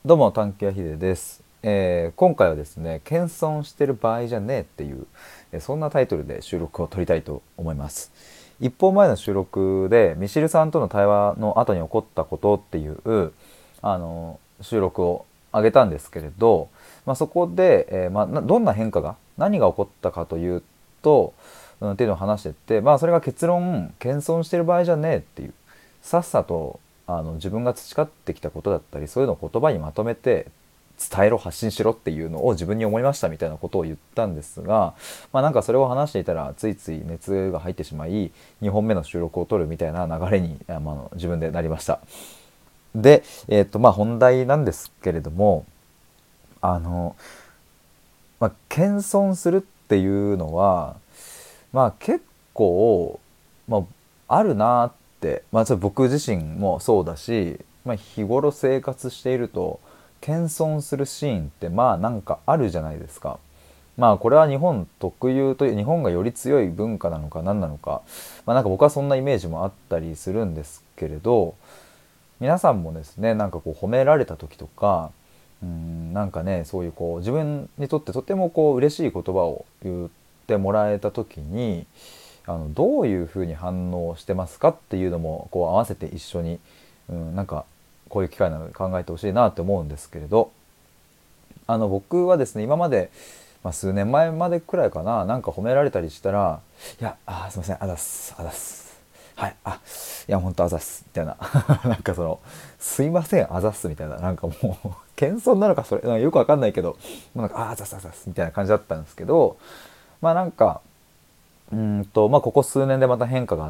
どうも探求ヒデです、今回はですね謙遜してる場合じゃねえっていう、そんなタイトルで収録を撮りたいと思います。一本前の収録でミシルさんとの対話の後に起こったことっていう収録を上げたんですけれど、そこで、どんな変化が何が起こったかというと、っていうのを話してて、それが結論謙遜してる場合じゃねえっていう、さっさと自分が培ってきたことだったりそういうのを言葉にまとめて伝えろ発信しろっていうのを自分に思いましたみたいなことを言ったんですが、なんかそれを話していたらついつい熱が入ってしまい2本目の収録を撮るみたいな流れに、自分でなりました。で、本題なんですけれども、あの、謙遜するっていうのは結構、あるなって、ちょっと僕自身もそうだし、日頃生活していると謙遜するシーンってなんかあるじゃないですか。これは日本特有という日本がより強い文化なのか何なのか、なんか僕はそんなイメージもあったりするんですけれど、皆さんもですねなんかこう褒められた時とか、なんかねそういうこう自分にとってとてもこう嬉しい言葉を言ってもらえた時にどういうふうに反応してますかっていうのもこう合わせて一緒に、なんかこういう機会なので考えてほしいなって思うんですけれど、僕はですね今まで、数年前までくらいかな、なんか褒められたりしたら「いやすいませんあざっすあざっすはいいやほんとあざっす」みたいななんか「すいませんあざっす」みたいな、なんかもう謙遜なのかそれなんかよくわかんないけど、なんか「あざっすあざっす」みたいな感じだったんですけど、なんかここ数年でまた変化があって、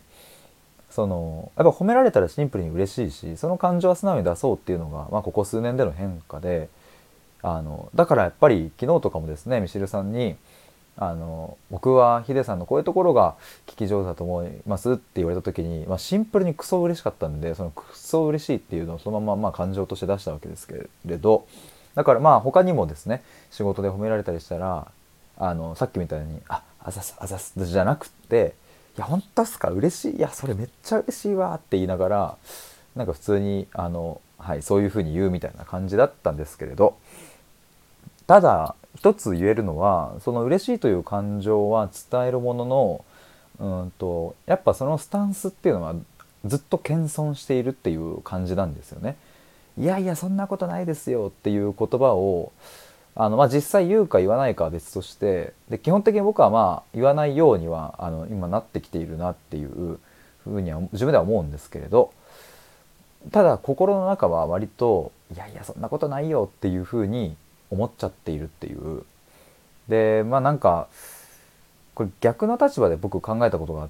やっぱ褒められたらシンプルに嬉しいし、その感情は素直に出そうっていうのが、ここ数年での変化で、だからやっぱり昨日とかもですねミシルさんに僕はヒデさんのこういうところが聞き上手だと思いますって言われた時に、シンプルにクソ嬉しかったんで、そのクソ嬉しいっていうのをそのまま感情として出したわけですけれど、だから他にもですね仕事で褒められたりしたらさっきみたいにあざすあざすじゃなくって、いや本当っすか嬉しい、いやそれめっちゃ嬉しいわって言いながら、なんか普通にはい、そういう風に言うみたいな感じだったんですけれど、ただ一つ言えるのは、その嬉しいという感情は伝えるものの、やっぱそのスタンスっていうのはずっと謙遜しているっていう感じなんですよね。いやいやそんなことないですよっていう言葉を実際言うか言わないかは別として、で基本的に僕は言わないようには今なってきているなっていうふうには自分では思うんですけれど、ただ心の中は割といやいやそんなことないよっていうふうに思っちゃっているっていう。でなんかこれ逆の立場で僕考えたことがあって、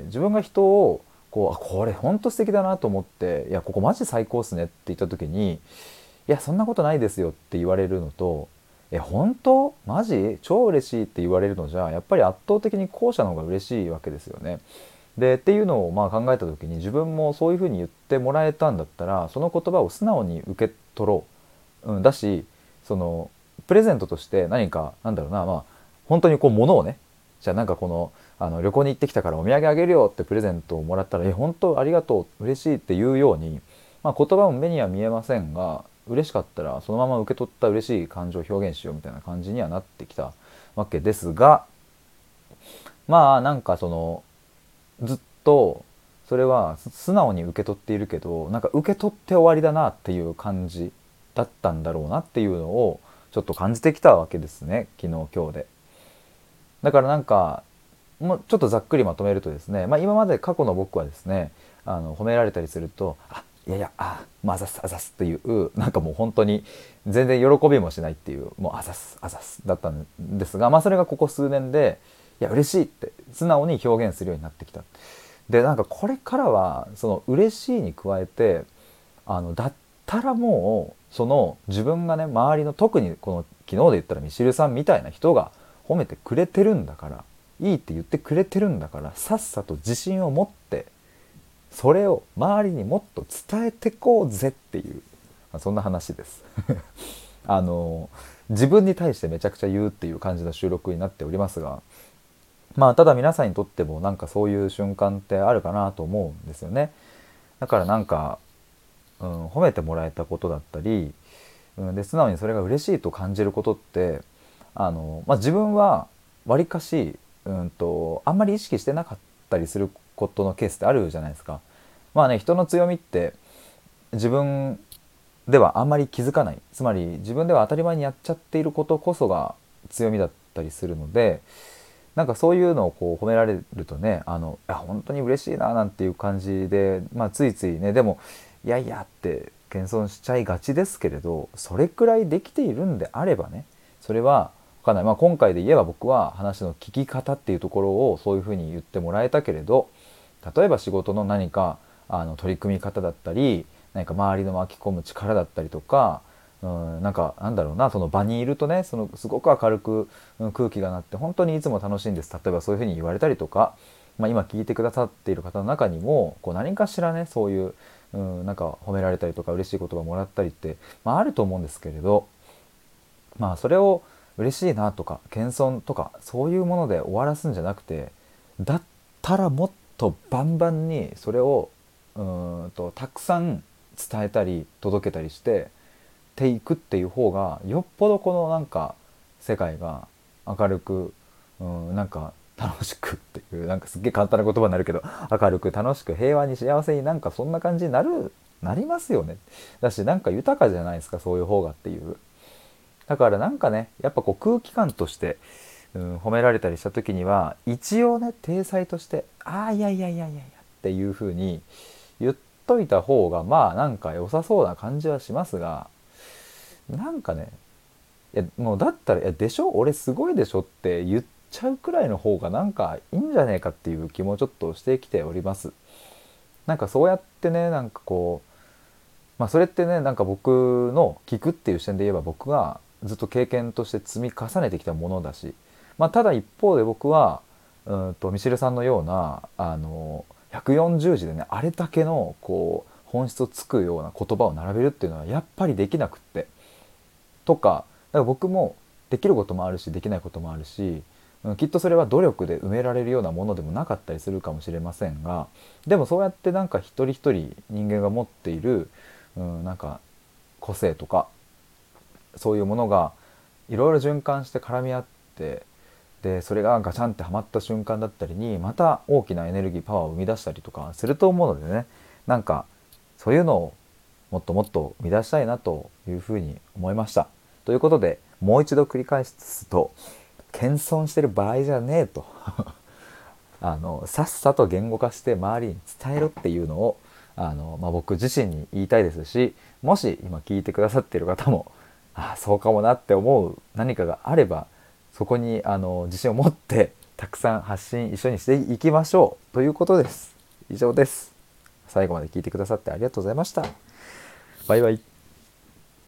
自分が人をこれほんと素敵だなと思って、いやここマジ最高っすねって言った時に、いやそんなことないですよって言われるのと、本当マジ超嬉しいって言われるのじゃやっぱり圧倒的に後者の方が嬉しいわけですよね。でっていうのを考えた時に、自分もそういうふうに言ってもらえたんだったらその言葉を素直に受け取ろう、だしそのプレゼントとして何かなんだろうな、本当にこう物をね、じゃあなんかこの旅行に行ってきたからお土産あげるよってプレゼントをもらったら本当ありがとう嬉しいっていうように、言葉も目には見えませんが嬉しかったらそのまま受け取った嬉しい感情を表現しようみたいな感じにはなってきたわけですが、なんかずっとそれは素直に受け取っているけど、なんか受け取って終わりだなっていう感じだったんだろうなっていうのをちょっと感じてきたわけですね、昨日今日で。だからなんかもうちょっとざっくりまとめるとですね、今まで過去の僕はですね褒められたりするといやいやあざすあざすっていうなんかもう本当に全然喜びもしないっていう、もうあざすあざすだったんですが、それがここ数年でいや嬉しいって素直に表現するようになってきた。でなんかこれからはその嬉しいに加えてだったらもうその自分がね周りの特にこの昨日で言ったらミシルさんみたいな人が褒めてくれてるんだから、いいって言ってくれてるんだからさっさと自信を持ってそれを周りにもっと伝えてこうぜっていう、そんな話ですあの自分に対してめちゃくちゃ言うっていう感じの収録になっておりますが、ただ皆さんにとってもなんかそういう瞬間ってあるかなと思うんですよね。だからなんか褒めてもらえたことだったり、で素直にそれが嬉しいと感じることって、自分はわりかし、あんまり意識してなかったりすることのケースってあるじゃないですか。まあね、人の強みって自分ではあんまり気づかない、つまり自分では当たり前にやっちゃっていることこそが強みだったりするので、なんかそういうのをこう褒められるとね、本当に嬉しいななんていう感じで、ついついね、でもいやいやって謙遜しちゃいがちですけれど、それくらいできているんであればね、それはわかんない、今回で言えば僕は話の聞き方っていうところをそういうふうに言ってもらえたけれど、例えば仕事の何か取り組み方だったり、何か周りの巻き込む力だったりとか、なんだろうな、その場にいるとね、そのすごく明るく空気がなって本当にいつも楽しいんです、例えばそういうふうに言われたりとか、今聞いてくださっている方の中にもこう何かしらね、そういう、なんか褒められたりとか嬉しい言葉もらったりって、あると思うんですけれど、それを嬉しいなとか謙遜とかそういうもので終わらすんじゃなくて、だったらもっとバンバンにそれをたくさん伝えたり届けたりしていくっていう方が、よっぽどこのなんか世界が明るく、なんか楽しくっていう、なんかすっげえ簡単な言葉になるけど、明るく楽しく平和に幸せに、なんかそんな感じになりますよね。だしなんか豊かじゃないですか、そういう方がっていう。だからなんかね、やっぱこう空気感として、褒められたりした時には一応ね、体裁として「ああ、いやいやいやいやいや」っていう風に言っといた方がなんか良さそうな感じはしますが、なんかね、いやもうだったら「いやでしょ、俺すごいでしょ」って言っちゃうくらいの方がなんかいいんじゃねえかっていう気もちょっとしてきております。なんかそうやってね、なんかこう、それってね、なんか僕の聞くっていう視点で言えば僕がずっと経験として積み重ねてきたものだし、ただ一方で僕はミシルさんのような140字でね、あれだけのこう本質をつくような言葉を並べるっていうのはやっぱりできなくって、とか、だから僕もできることもあるしできないこともあるし、きっとそれは努力で埋められるようなものでもなかったりするかもしれませんが、でもそうやってなんか一人一人人間が持っている、なんか個性とかそういうものがいろいろ循環して絡み合って、でそれがガチャンってはまった瞬間だったりにまた大きなエネルギーパワーを生み出したりとかすると思うのでね、なんかそういうのをもっともっと生み出したいなというふうに思いました。ということでもう一度繰り返すと、謙遜してる場合じゃねえとさっさと言語化して周りに伝えろっていうのを僕自身に言いたいですし、もし今聞いてくださっている方もそうかもなって思う何かがあれば、そこに自信を持ってたくさん発信一緒にしていきましょうということです。以上です。最後まで聞いてくださってありがとうございました。バイバイ。